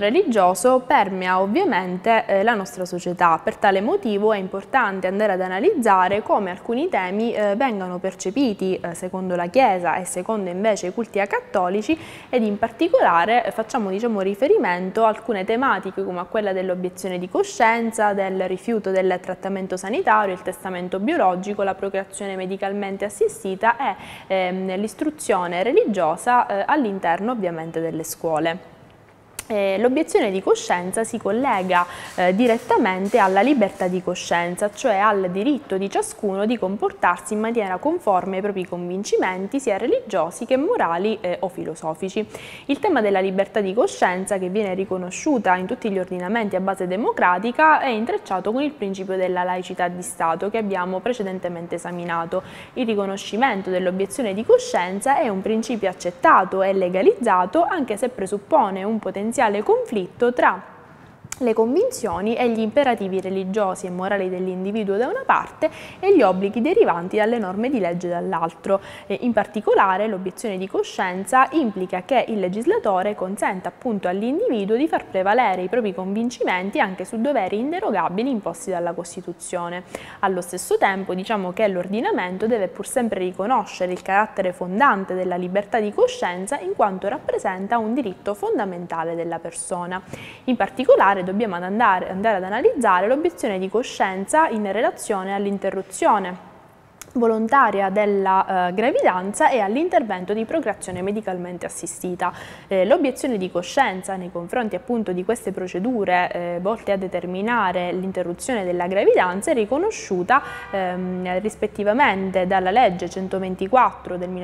religioso permea ovviamente la nostra società. Per tale motivo è importante andare ad analizzare come alcuni temi vengano percepiti secondo la Chiesa e secondo invece i culti acattolici, ed in particolare facciamo riferimento a alcune tematiche come a quella dell'obiezione di coscienza, del rifiuto del trattamento sanitario, il testamento biologico, la procreazione medicalmente assistita e l'istruzione religiosa all'interno ovviamente delle scuole. L'obiezione di coscienza si collega direttamente alla libertà di coscienza, cioè al diritto di ciascuno di comportarsi in maniera conforme ai propri convincimenti, sia religiosi che morali o filosofici. Il tema della libertà di coscienza, che viene riconosciuta in tutti gli ordinamenti a base democratica, è intrecciato con il principio della laicità di Stato che abbiamo precedentemente esaminato. Il riconoscimento dell'obiezione di coscienza è un principio accettato e legalizzato, anche se presuppone un potenziale conflitto tra le convinzioni e gli imperativi religiosi e morali dell'individuo da una parte e gli obblighi derivanti dalle norme di legge dall'altro. In particolare l'obiezione di coscienza implica che il legislatore consenta appunto all'individuo di far prevalere i propri convincimenti anche su doveri inderogabili imposti dalla Costituzione. Allo stesso tempo diciamo che l'ordinamento deve pur sempre riconoscere il carattere fondante della libertà di coscienza in quanto rappresenta un diritto fondamentale della persona. In particolare dobbiamo andare ad analizzare l'obiezione di coscienza in relazione all'interruzione volontaria della gravidanza e all'intervento di procreazione medicalmente assistita. L'obiezione di coscienza nei confronti appunto di queste procedure volte a determinare l'interruzione della gravidanza è riconosciuta rispettivamente dalla legge 124 del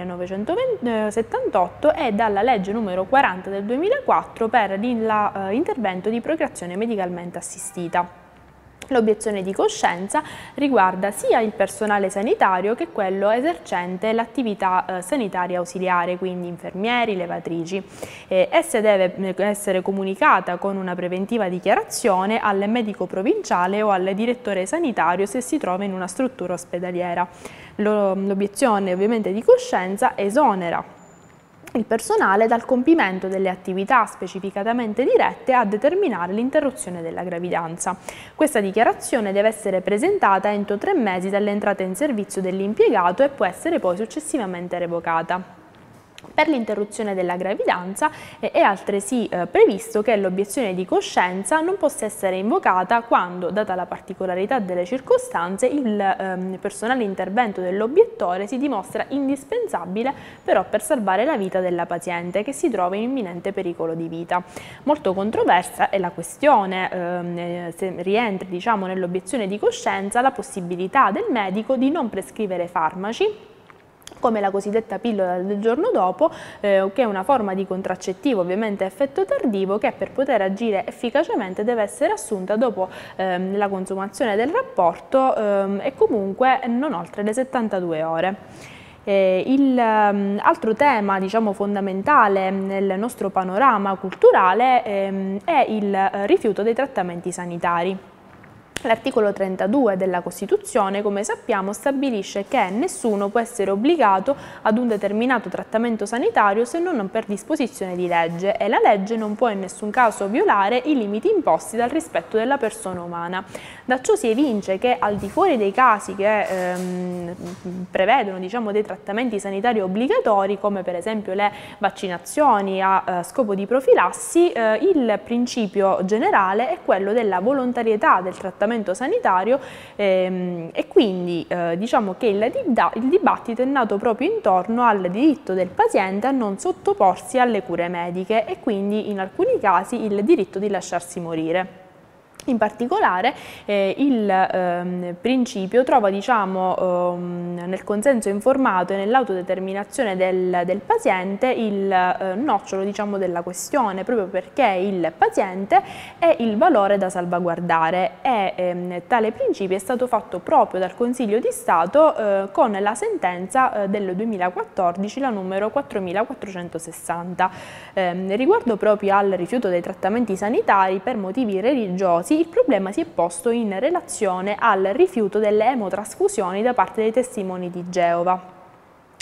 1978 e dalla legge numero 40 del 2004 per l'intervento di procreazione medicalmente assistita. L'obiezione di coscienza riguarda sia il personale sanitario che quello esercente l'attività sanitaria ausiliare, quindi infermieri, levatrici. Essa deve essere comunicata con una preventiva dichiarazione al medico provinciale o al direttore sanitario se si trova in una struttura ospedaliera. L'obiezione ovviamente di coscienza esonera il personale dal compimento delle attività specificatamente dirette a determinare l'interruzione della gravidanza. Questa dichiarazione deve essere presentata entro 3 mesi dall'entrata in servizio dell'impiegato e può essere poi successivamente revocata. Per l'interruzione della gravidanza è altresì previsto che l'obiezione di coscienza non possa essere invocata quando, data la particolarità delle circostanze, il personale intervento dell'obiettore si dimostra indispensabile però per salvare la vita della paziente che si trova in imminente pericolo di vita. Molto controversa è la questione se rientri nell'obiezione di coscienza la possibilità del medico di non prescrivere farmaci come la cosiddetta pillola del giorno dopo, che è una forma di contraccettivo ovviamente a effetto tardivo che per poter agire efficacemente deve essere assunta dopo la consumazione del rapporto e comunque non oltre le 72 ore. Altro tema fondamentale nel nostro panorama culturale è il rifiuto dei trattamenti sanitari. L'articolo 32 della Costituzione, come sappiamo, stabilisce che nessuno può essere obbligato ad un determinato trattamento sanitario se non per disposizione di legge e la legge non può in nessun caso violare i limiti imposti dal rispetto della persona umana. Da ciò si evince che al di fuori dei casi che prevedono dei trattamenti sanitari obbligatori, come per esempio le vaccinazioni a scopo di profilassi, il principio generale è quello della volontarietà del trattamento sanitario e quindi diciamo che il dibattito è nato proprio intorno al diritto del paziente a non sottoporsi alle cure mediche e quindi in alcuni casi il diritto di lasciarsi morire. In particolare il principio trova nel consenso informato e nell'autodeterminazione del paziente il nocciolo della questione, proprio perché il paziente è il valore da salvaguardare e tale principio è stato fatto proprio dal Consiglio di Stato con la sentenza del 2014, la numero 4460. Riguardo proprio al rifiuto dei trattamenti sanitari per motivi religiosi, il problema si è posto in relazione al rifiuto delle emotrasfusioni da parte dei testimoni di Geova.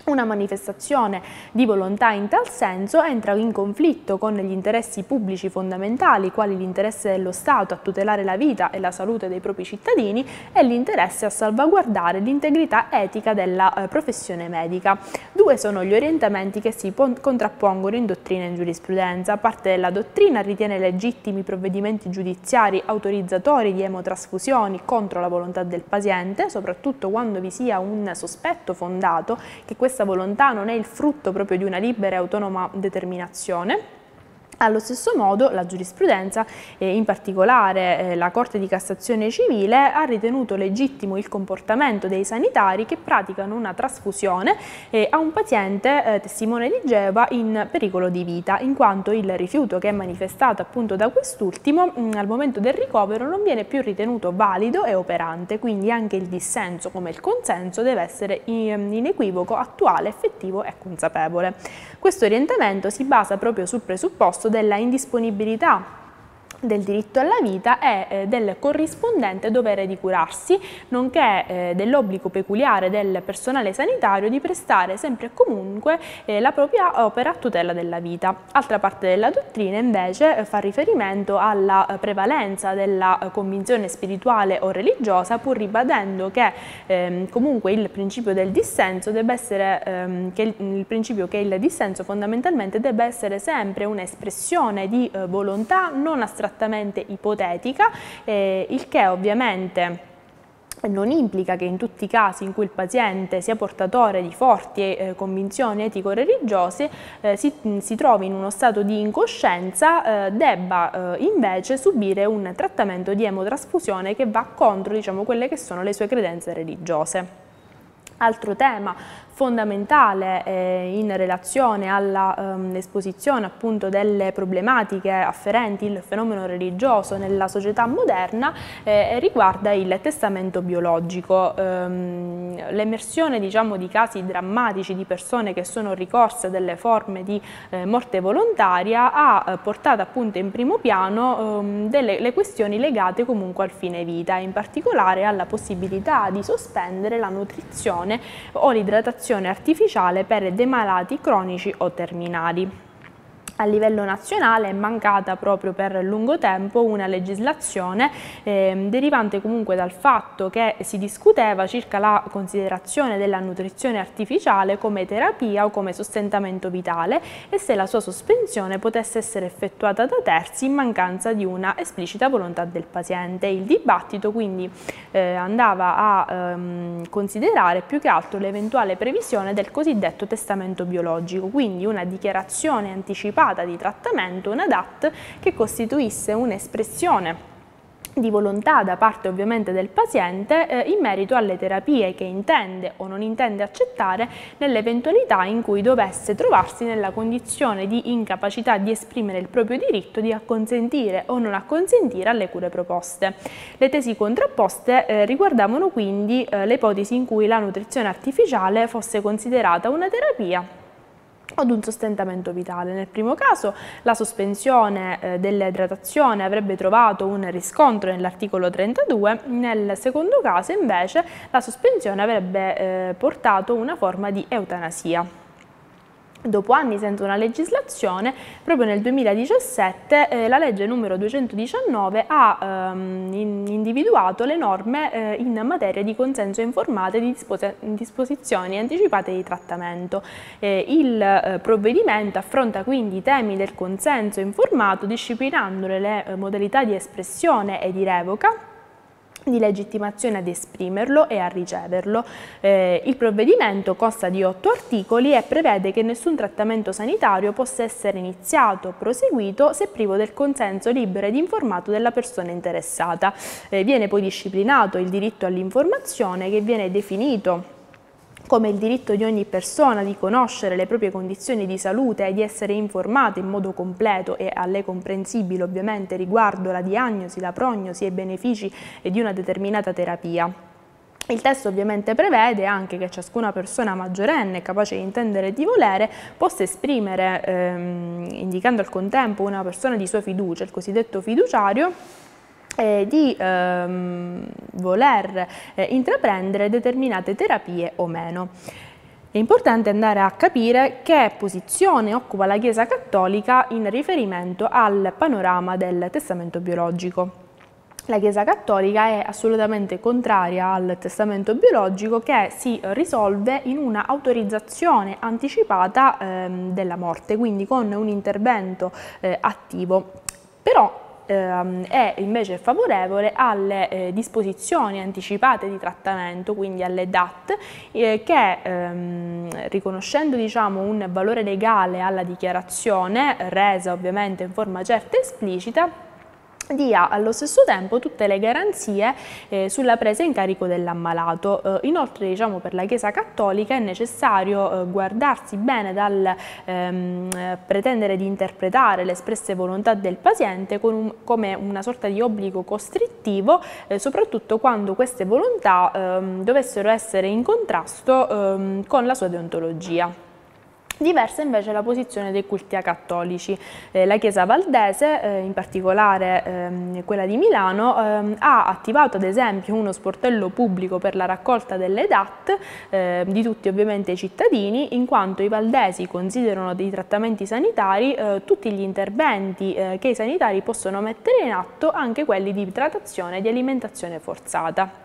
Una manifestazione di volontà in tal senso entra in conflitto con gli interessi pubblici fondamentali, quali l'interesse dello Stato a tutelare la vita e la salute dei propri cittadini e l'interesse a salvaguardare l'integrità etica della professione medica. Due sono gli orientamenti che si contrappongono in dottrina e in giurisprudenza. Parte della dottrina ritiene legittimi provvedimenti giudiziari autorizzatori di emotrasfusioni contro la volontà del paziente, soprattutto quando vi sia un sospetto fondato che questa volontà non è il frutto proprio di una libera e autonoma determinazione. Allo stesso modo la giurisprudenza, in particolare la Corte di Cassazione Civile, ha ritenuto legittimo il comportamento dei sanitari che praticano una trasfusione a un paziente testimone di Geova in pericolo di vita, in quanto il rifiuto che è manifestato appunto da quest'ultimo al momento del ricovero non viene più ritenuto valido e operante, quindi anche il dissenso come il consenso deve essere inequivoco, attuale, effettivo e consapevole. Questo orientamento si basa proprio sul presupposto della indisponibilità del diritto alla vita e del corrispondente dovere di curarsi, nonché dell'obbligo peculiare del personale sanitario di prestare sempre e comunque la propria opera a tutela della vita. Altra parte della dottrina invece fa riferimento alla prevalenza della convinzione spirituale o religiosa, pur ribadendo che comunque il principio del dissenso debba essere il dissenso fondamentalmente debba essere sempre un'espressione di volontà non astrattamente ipotetica, il che ovviamente non implica che in tutti i casi in cui il paziente sia portatore di forti convinzioni etico-religiose si trovi in uno stato di incoscienza, debba invece subire un trattamento di emotrasfusione che va contro, diciamo, quelle che sono le sue credenze religiose. Altro tema fondamentale in relazione all'esposizione appunto delle problematiche afferenti il fenomeno religioso nella società moderna riguarda il testamento biologico. L'emersione, diciamo, di casi drammatici di persone che sono ricorse a delle forme di morte volontaria ha portato appunto in primo piano le questioni legate comunque al fine vita, in particolare alla possibilità di sospendere la nutrizione o l'idratazione artificiale per dei malati cronici o terminali. A livello nazionale è mancata proprio per lungo tempo una legislazione derivante comunque dal fatto che si discuteva circa la considerazione della nutrizione artificiale come terapia o come sostentamento vitale e se la sua sospensione potesse essere effettuata da terzi in mancanza di una esplicita volontà del paziente. Il dibattito quindi andava a considerare più che altro l'eventuale previsione del cosiddetto testamento biologico, quindi una dichiarazione anticipata di trattamento, una DAT, che costituisse un'espressione di volontà da parte ovviamente del paziente in merito alle terapie che intende o non intende accettare nell'eventualità in cui dovesse trovarsi nella condizione di incapacità di esprimere il proprio diritto di acconsentire o non acconsentire alle cure proposte. Le tesi contrapposte riguardavano quindi le ipotesi in cui la nutrizione artificiale fosse considerata una terapia ad un sostentamento vitale. Nel primo caso la sospensione dell'idratazione avrebbe trovato un riscontro nell'articolo 32, nel secondo caso invece la sospensione avrebbe portato una forma di eutanasia. Dopo anni senza una legislazione, proprio nel 2017 la legge numero 219 ha individuato le norme in materia di consenso informato e di disposizioni anticipate di trattamento. Il provvedimento affronta quindi i temi del consenso informato, disciplinandone le modalità di espressione e di revoca, di legittimazione ad esprimerlo e a riceverlo. Il provvedimento consta di 8 articoli e prevede che nessun trattamento sanitario possa essere iniziato o proseguito se privo del consenso libero ed informato della persona interessata. Viene poi disciplinato il diritto all'informazione, che viene definito come il diritto di ogni persona di conoscere le proprie condizioni di salute e di essere informata in modo completo e a lei comprensibile ovviamente riguardo la diagnosi, la prognosi e i benefici di una determinata terapia. Il testo ovviamente prevede anche che ciascuna persona maggiorenne capace di intendere e di volere possa esprimere, indicando al contempo una persona di sua fiducia, il cosiddetto fiduciario, di voler intraprendere determinate terapie o meno. È importante andare a capire che posizione occupa la Chiesa Cattolica in riferimento al panorama del testamento biologico. La Chiesa Cattolica è assolutamente contraria al testamento biologico, che si risolve in una autorizzazione anticipata della morte, quindi con un intervento attivo. Però è invece favorevole alle disposizioni anticipate di trattamento, quindi alle DAT, che riconoscendo, diciamo, un valore legale alla dichiarazione, resa ovviamente in forma certa e esplicita, dia allo stesso tempo tutte le garanzie sulla presa in carico dell'ammalato. Inoltre, diciamo, per la Chiesa Cattolica è necessario guardarsi bene dal pretendere di interpretare le espresse volontà del paziente come una sorta di obbligo costrittivo, soprattutto quando queste volontà dovessero essere in contrasto con la sua deontologia. Diversa invece è la posizione dei culti acattolici. La Chiesa Valdese, in particolare quella di Milano, ha attivato ad esempio uno sportello pubblico per la raccolta delle DAT di tutti ovviamente i cittadini, in quanto i valdesi considerano dei trattamenti sanitari tutti gli interventi che i sanitari possono mettere in atto, anche quelli di idratazione e di alimentazione forzata.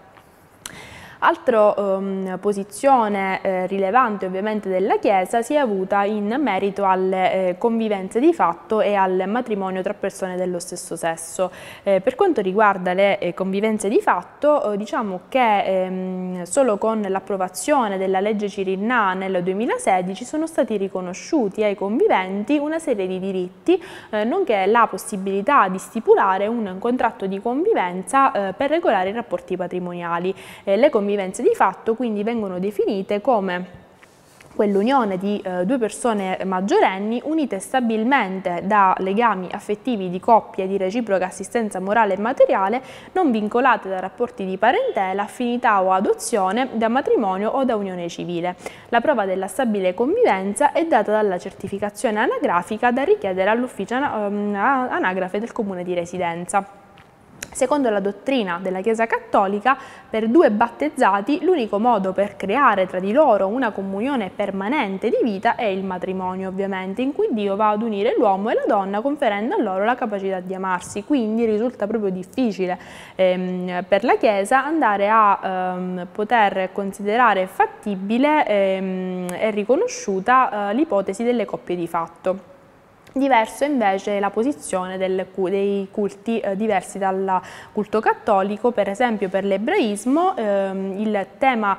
Altra posizione rilevante ovviamente della Chiesa si è avuta in merito alle convivenze di fatto e al matrimonio tra persone dello stesso sesso. Per quanto riguarda le convivenze di fatto, diciamo che solo con l'approvazione della legge Cirinnà nel 2016 sono stati riconosciuti ai conviventi una serie di diritti, nonché la possibilità di stipulare un contratto di convivenza per regolare i rapporti patrimoniali. Le convivenze di fatto quindi vengono definite come quell'unione di due persone maggiorenni unite stabilmente da legami affettivi di coppia e di reciproca assistenza morale e materiale, non vincolate da rapporti di parentela, affinità o adozione, da matrimonio o da unione civile. La prova della stabile convivenza è data dalla certificazione anagrafica da richiedere all'ufficio anagrafe del comune di residenza. Secondo la dottrina della Chiesa Cattolica, per due battezzati l'unico modo per creare tra di loro una comunione permanente di vita è il matrimonio, ovviamente, in cui Dio va ad unire l'uomo e la donna conferendo a loro la capacità di amarsi. Quindi risulta proprio difficile per la Chiesa andare a poter considerare fattibile e riconosciuta l'ipotesi delle coppie di fatto. Diverso invece è la posizione dei culti diversi dal culto cattolico. Per esempio, per l'ebraismo il tema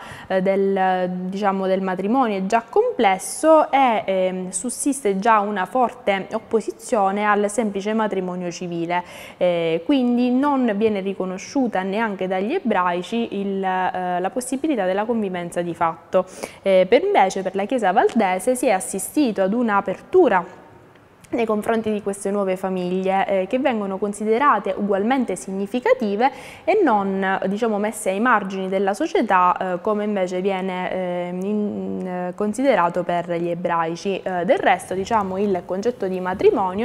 del matrimonio è già complesso e sussiste già una forte opposizione al semplice matrimonio civile, quindi non viene riconosciuta neanche dagli ebraici la possibilità della convivenza di fatto. Invece per la Chiesa Valdese si è assistito ad un'apertura nei confronti di queste nuove famiglie che vengono considerate ugualmente significative e non, diciamo, messe ai margini della società come invece viene considerato per gli ebraici. Del resto, diciamo, il concetto di matrimonio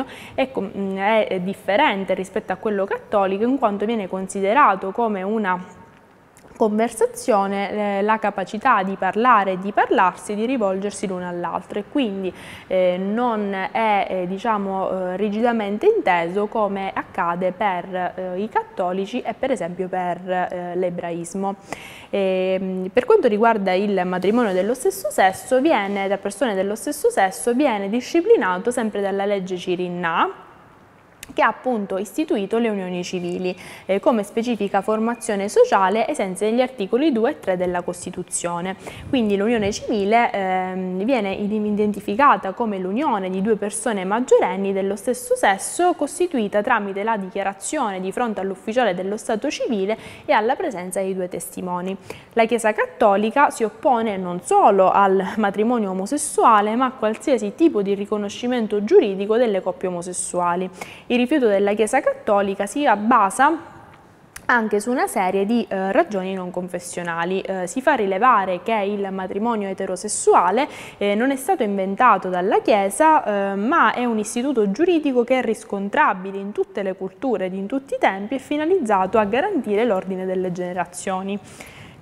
è differente rispetto a quello cattolico, in quanto viene considerato come una conversazione, la capacità di parlare e di parlarsi, di rivolgersi l'uno all'altro, e quindi non è rigidamente inteso come accade per i cattolici e per esempio per l'ebraismo. Per quanto riguarda il matrimonio dello stesso sesso, da persone dello stesso sesso, viene disciplinato sempre dalla legge Cirinnà, che ha appunto istituito le unioni civili come specifica formazione sociale ai sensi degli articoli 2 e 3 della Costituzione. Quindi l'unione civile viene identificata come l'unione di due persone maggiorenni dello stesso sesso, costituita tramite la dichiarazione di fronte all'ufficiale dello Stato civile e alla presenza di due testimoni. La Chiesa Cattolica si oppone non solo al matrimonio omosessuale, ma a qualsiasi tipo di riconoscimento giuridico delle coppie omosessuali. Il rifiuto della Chiesa Cattolica si basa anche su una serie di ragioni non confessionali. Si fa rilevare che il matrimonio eterosessuale non è stato inventato dalla Chiesa, ma è un istituto giuridico che è riscontrabile in tutte le culture ed in tutti i tempi e finalizzato a garantire l'ordine delle generazioni.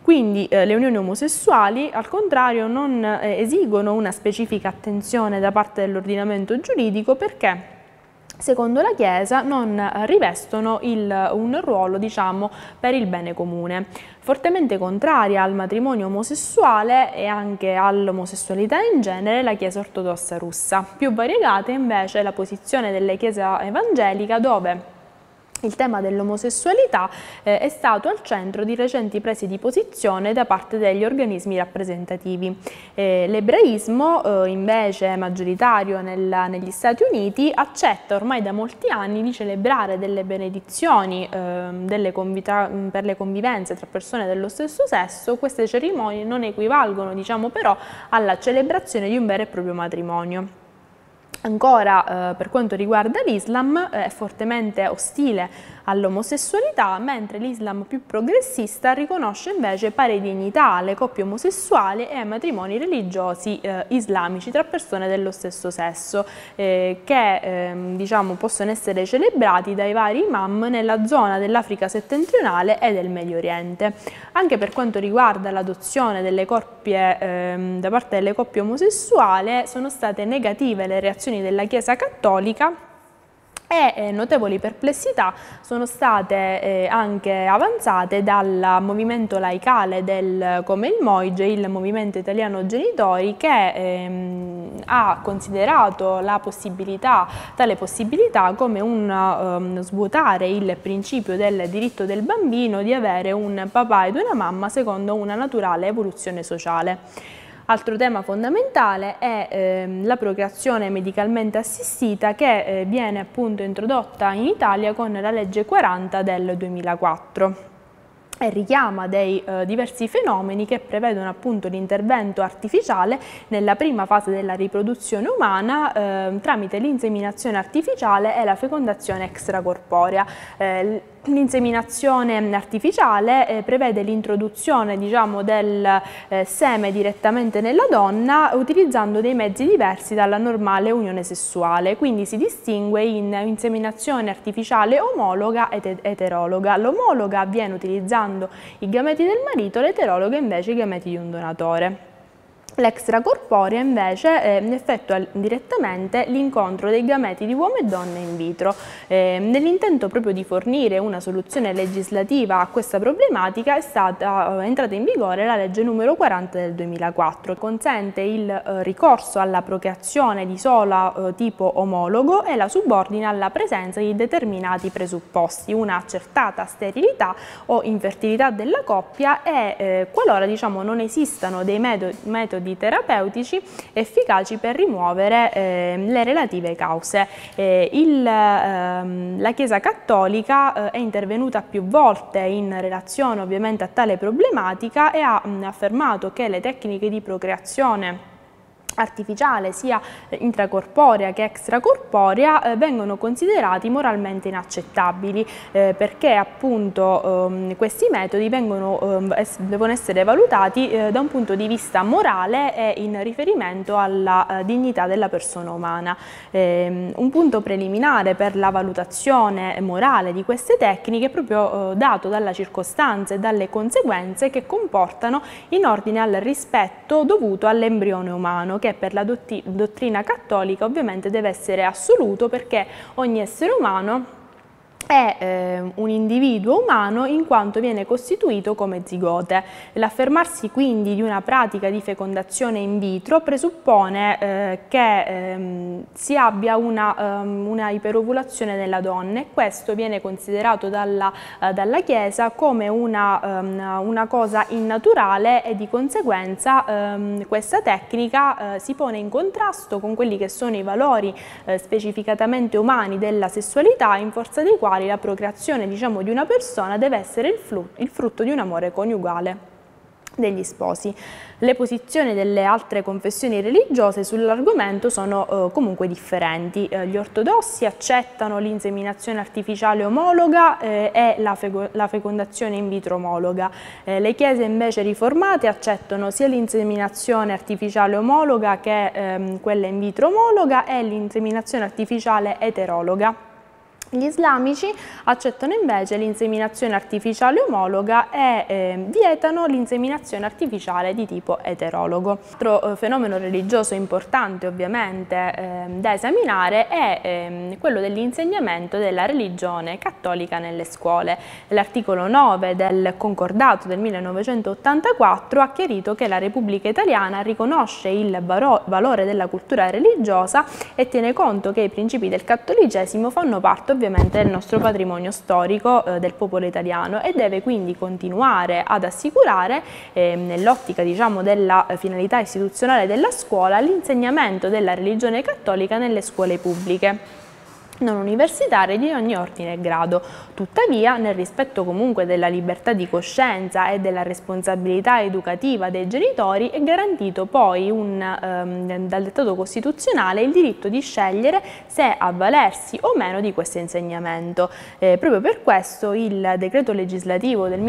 Quindi le unioni omosessuali, al contrario, non esigono una specifica attenzione da parte dell'ordinamento giuridico perché secondo la Chiesa non rivestono un ruolo, diciamo, per il bene comune. Fortemente contraria al matrimonio omosessuale e anche all'omosessualità in genere la Chiesa ortodossa russa. Più variegata invece è la posizione della Chiesa evangelica, dove il tema dell'omosessualità è stato al centro di recenti prese di posizione da parte degli organismi rappresentativi. L'ebraismo, invece maggioritario negli Stati Uniti, accetta ormai da molti anni di celebrare delle benedizioni per le convivenze tra persone dello stesso sesso. Queste cerimonie non equivalgono, diciamo, però alla celebrazione di un vero e proprio matrimonio. Ancora per quanto riguarda l'Islam è fortemente ostile all'omosessualità, mentre l'Islam più progressista riconosce invece pari dignità alle coppie omosessuali e ai matrimoni religiosi islamici tra persone dello stesso sesso che diciamo, possono essere celebrati dai vari imam nella zona dell'Africa settentrionale e del Medio Oriente. Anche per quanto riguarda l'adozione delle coppie da parte delle coppie omosessuali sono state negative le reazioni della Chiesa Cattolica e notevoli perplessità sono state anche avanzate dal movimento laicale come il MOIGE, il Movimento Italiano Genitori, che ha considerato tale possibilità come un svuotare il principio del diritto del bambino di avere un papà ed una mamma secondo una naturale evoluzione sociale. Altro tema fondamentale è la procreazione medicalmente assistita che viene appunto introdotta in Italia con la legge 40 del 2004 e richiama dei diversi fenomeni che prevedono appunto l'intervento artificiale nella prima fase della riproduzione umana tramite l'inseminazione artificiale e la fecondazione extracorporea. L'inseminazione artificiale prevede l'introduzione, diciamo, del seme direttamente nella donna utilizzando dei mezzi diversi dalla normale unione sessuale, quindi si distingue in inseminazione artificiale omologa ed eterologa. L'omologa avviene utilizzando i gameti del marito, l'eterologa invece i gameti di un donatore. L'extracorporea invece effettua direttamente l'incontro dei gameti di uomo e donna in vitro. Nell'intento proprio di fornire una soluzione legislativa a questa problematica è entrata in vigore la legge numero 40 del 2004. Consente il ricorso alla procreazione di sola tipo omologo e la subordina alla presenza di determinati presupposti, una accertata sterilità o infertilità della coppia e qualora, diciamo, non esistano dei metodi terapeutici efficaci per rimuovere le relative cause. La Chiesa Cattolica è intervenuta più volte in relazione ovviamente a tale problematica e ha affermato che le tecniche di procreazione artificiale sia intracorporea che extracorporea vengono considerati moralmente inaccettabili perché appunto questi metodi devono essere valutati da un punto di vista morale e in riferimento alla dignità della persona umana. Un punto preliminare per la valutazione morale di queste tecniche è proprio dato dalla circostanza e dalle conseguenze che comportano in ordine al rispetto dovuto all'embrione umano, che per la dottrina cattolica ovviamente deve essere assoluto perché ogni essere umano è un individuo umano in quanto viene costituito come zigote. L'affermarsi quindi di una pratica di fecondazione in vitro presuppone che si abbia una iperovulazione nella donna e questo viene considerato dalla Chiesa come una cosa innaturale e di conseguenza questa tecnica si pone in contrasto con quelli che sono i valori specificatamente umani della sessualità, in forza dei quali la procreazione, diciamo, di una persona deve essere il frutto di un amore coniugale degli sposi. Le posizioni delle altre confessioni religiose sull'argomento sono comunque differenti. Gli ortodossi accettano l'inseminazione artificiale omologa e la fecondazione in vitro omologa. Le chiese invece riformate accettano sia l'inseminazione artificiale omologa che quella in vitro omologa e l'inseminazione artificiale eterologa. Gli islamici accettano invece l'inseminazione artificiale omologa e vietano l'inseminazione artificiale di tipo eterologo. Altro fenomeno religioso importante ovviamente da esaminare è quello dell'insegnamento della religione cattolica nelle scuole. L'articolo 9 del Concordato del 1984 ha chiarito che la Repubblica Italiana riconosce il valore della cultura religiosa e tiene conto che i principi del cattolicesimo fanno parte ovviamente del nostro patrimonio storico del popolo italiano e deve quindi continuare ad assicurare nell'ottica diciamo della finalità istituzionale della scuola l'insegnamento della religione cattolica nelle scuole pubbliche non universitarie di ogni ordine e grado. Tuttavia, nel rispetto comunque della libertà di coscienza e della responsabilità educativa dei genitori, è garantito poi dal dettato costituzionale il diritto di scegliere se avvalersi o meno di questo insegnamento. Proprio per questo il decreto legislativo del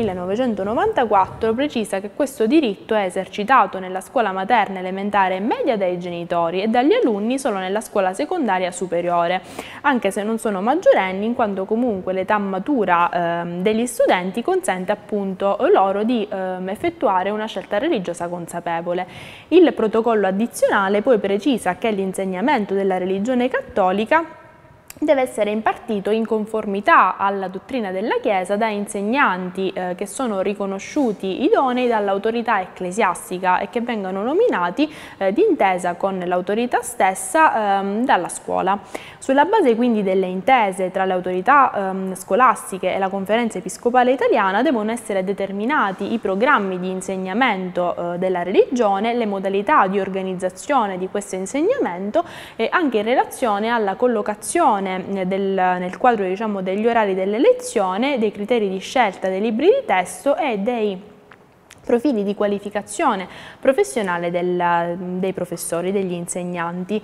1994 precisa che questo diritto è esercitato nella scuola materna, elementare e media dai genitori e dagli alunni solo nella scuola secondaria superiore, anche se non sono maggiorenni, in quanto comunque l'età matura degli studenti consente appunto loro di effettuare una scelta religiosa consapevole. Il protocollo addizionale poi precisa che l'insegnamento della religione cattolica deve essere impartito in conformità alla dottrina della Chiesa da insegnanti che sono riconosciuti idonei dall'autorità ecclesiastica e che vengono nominati d'intesa con l'autorità stessa dalla scuola. Sulla base quindi delle intese tra le autorità scolastiche e la Conferenza Episcopale Italiana devono essere determinati i programmi di insegnamento della religione, le modalità di organizzazione di questo insegnamento e anche in relazione alla collocazione nel quadro diciamo, degli orari delle lezioni, dei criteri di scelta dei libri di testo e dei profili di qualificazione professionale dei professori, degli insegnanti.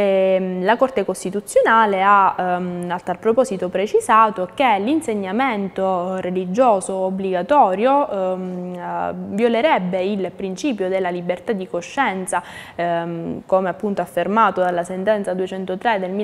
La Corte Costituzionale ha a tal proposito precisato che l'insegnamento religioso obbligatorio violerebbe il principio della libertà di coscienza, come appunto affermato dalla sentenza 203 del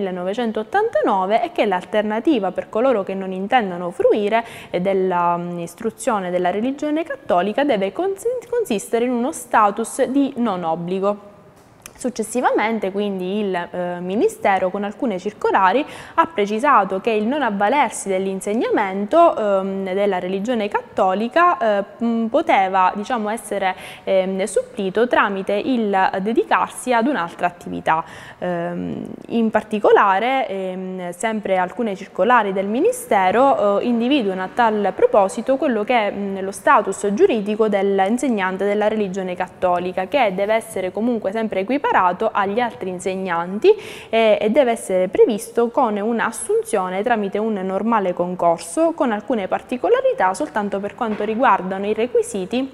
1989, e che l'alternativa per coloro che non intendono fruire dell'istruzione della religione cattolica deve consistere in uno status di non obbligo. Successivamente quindi il Ministero con alcune circolari ha precisato che il non avvalersi dell'insegnamento della religione cattolica poteva diciamo, essere supplito tramite il dedicarsi ad un'altra attività. In particolare sempre alcune circolari del Ministero individuano a tal proposito quello che è lo status giuridico dell'insegnante della religione cattolica, che deve essere comunque sempre equiparato agli altri insegnanti e deve essere previsto con un'assunzione tramite un normale concorso, con alcune particolarità soltanto per quanto riguardano i requisiti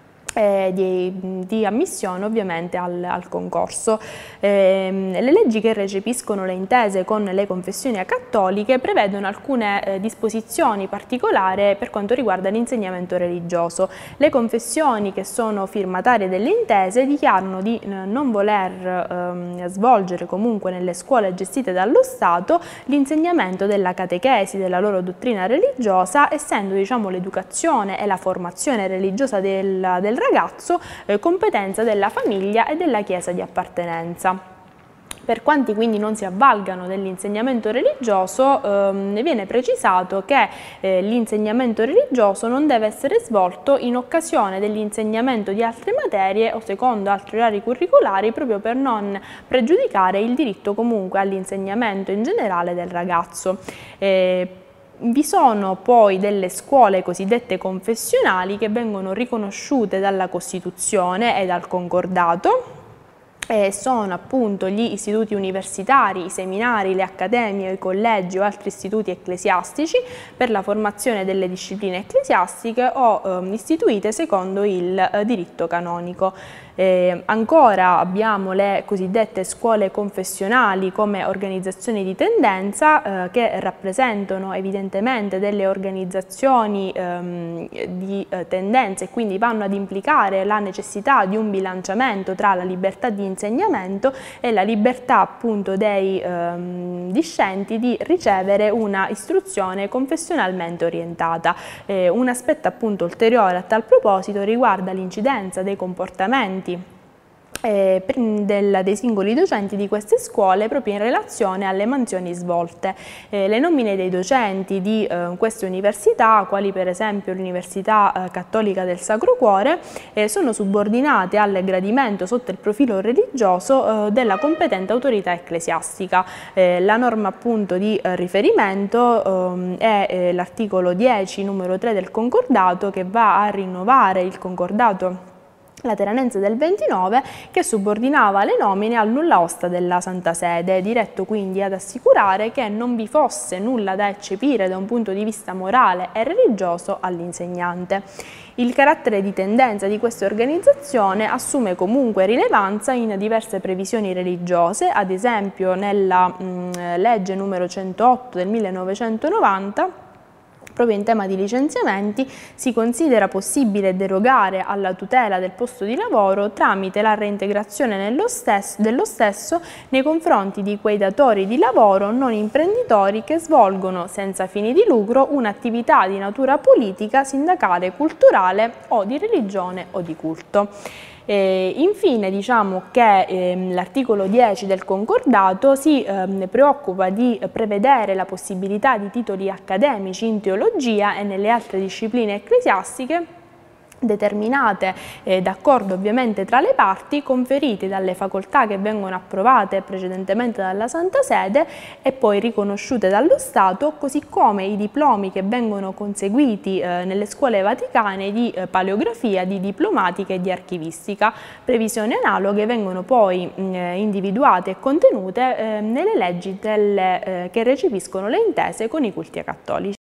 di ammissione ovviamente al concorso. Le leggi che recepiscono le intese con le confessioni cattoliche prevedono alcune disposizioni particolari per quanto riguarda l'insegnamento religioso. Le confessioni che sono firmatarie delle intese dichiarano di non voler svolgere comunque nelle scuole gestite dallo Stato l'insegnamento della catechesi, della loro dottrina religiosa, essendo diciamo, l'educazione e la formazione religiosa del ragazzo competenza della famiglia e della chiesa di appartenenza. Per quanti quindi non si avvalgano dell'insegnamento religioso, viene precisato che l'insegnamento religioso non deve essere svolto in occasione dell'insegnamento di altre materie o secondo altri orari curricolari, proprio per non pregiudicare il diritto comunque all'insegnamento in generale del ragazzo. Vi sono poi delle scuole cosiddette confessionali che vengono riconosciute dalla Costituzione e dal Concordato. Sono appunto gli istituti universitari, i seminari, le accademie, i collegi o altri istituti ecclesiastici per la formazione delle discipline ecclesiastiche o istituite secondo il diritto canonico. Ancora abbiamo le cosiddette scuole confessionali come organizzazioni di tendenza che rappresentano evidentemente delle organizzazioni di tendenza e quindi vanno ad implicare la necessità di un bilanciamento tra la libertà di insegnamento e la libertà appunto dei discenti di ricevere una istruzione confessionalmente orientata. Un aspetto appunto ulteriore a tal proposito riguarda l'incidenza dei comportamenti dei singoli docenti di queste scuole proprio in relazione alle mansioni svolte. Le nomine dei docenti di queste università, quali per esempio l'Università Cattolica del Sacro Cuore, sono subordinate al gradimento sotto il profilo religioso della competente autorità ecclesiastica. La norma appunto di riferimento è l'articolo 10 numero 3 del concordato, che va a rinnovare il concordato lateranense del 29, che subordinava le nomine al nulla osta della Santa Sede, diretto quindi ad assicurare che non vi fosse nulla da eccepire da un punto di vista morale e religioso all'insegnante. Il carattere di tendenza di questa organizzazione assume comunque rilevanza in diverse previsioni religiose, ad esempio nella legge numero 108 del 1990, proprio in tema di licenziamenti, si considera possibile derogare alla tutela del posto di lavoro tramite la reintegrazione dello stesso nei confronti di quei datori di lavoro non imprenditori che svolgono senza fini di lucro un'attività di natura politica, sindacale, culturale o di religione o di culto. Infine diciamo che l'articolo 10 del concordato si preoccupa di prevedere la possibilità di titoli accademici in teologia e nelle altre discipline ecclesiastiche determinate d'accordo ovviamente tra le parti, conferiti dalle facoltà che vengono approvate precedentemente dalla Santa Sede e poi riconosciute dallo Stato, così come i diplomi che vengono conseguiti nelle scuole vaticane di paleografia, di diplomatica e di archivistica. Previsioni analoghe vengono poi individuate e contenute nelle leggi che recepiscono le intese con i culti cattolici.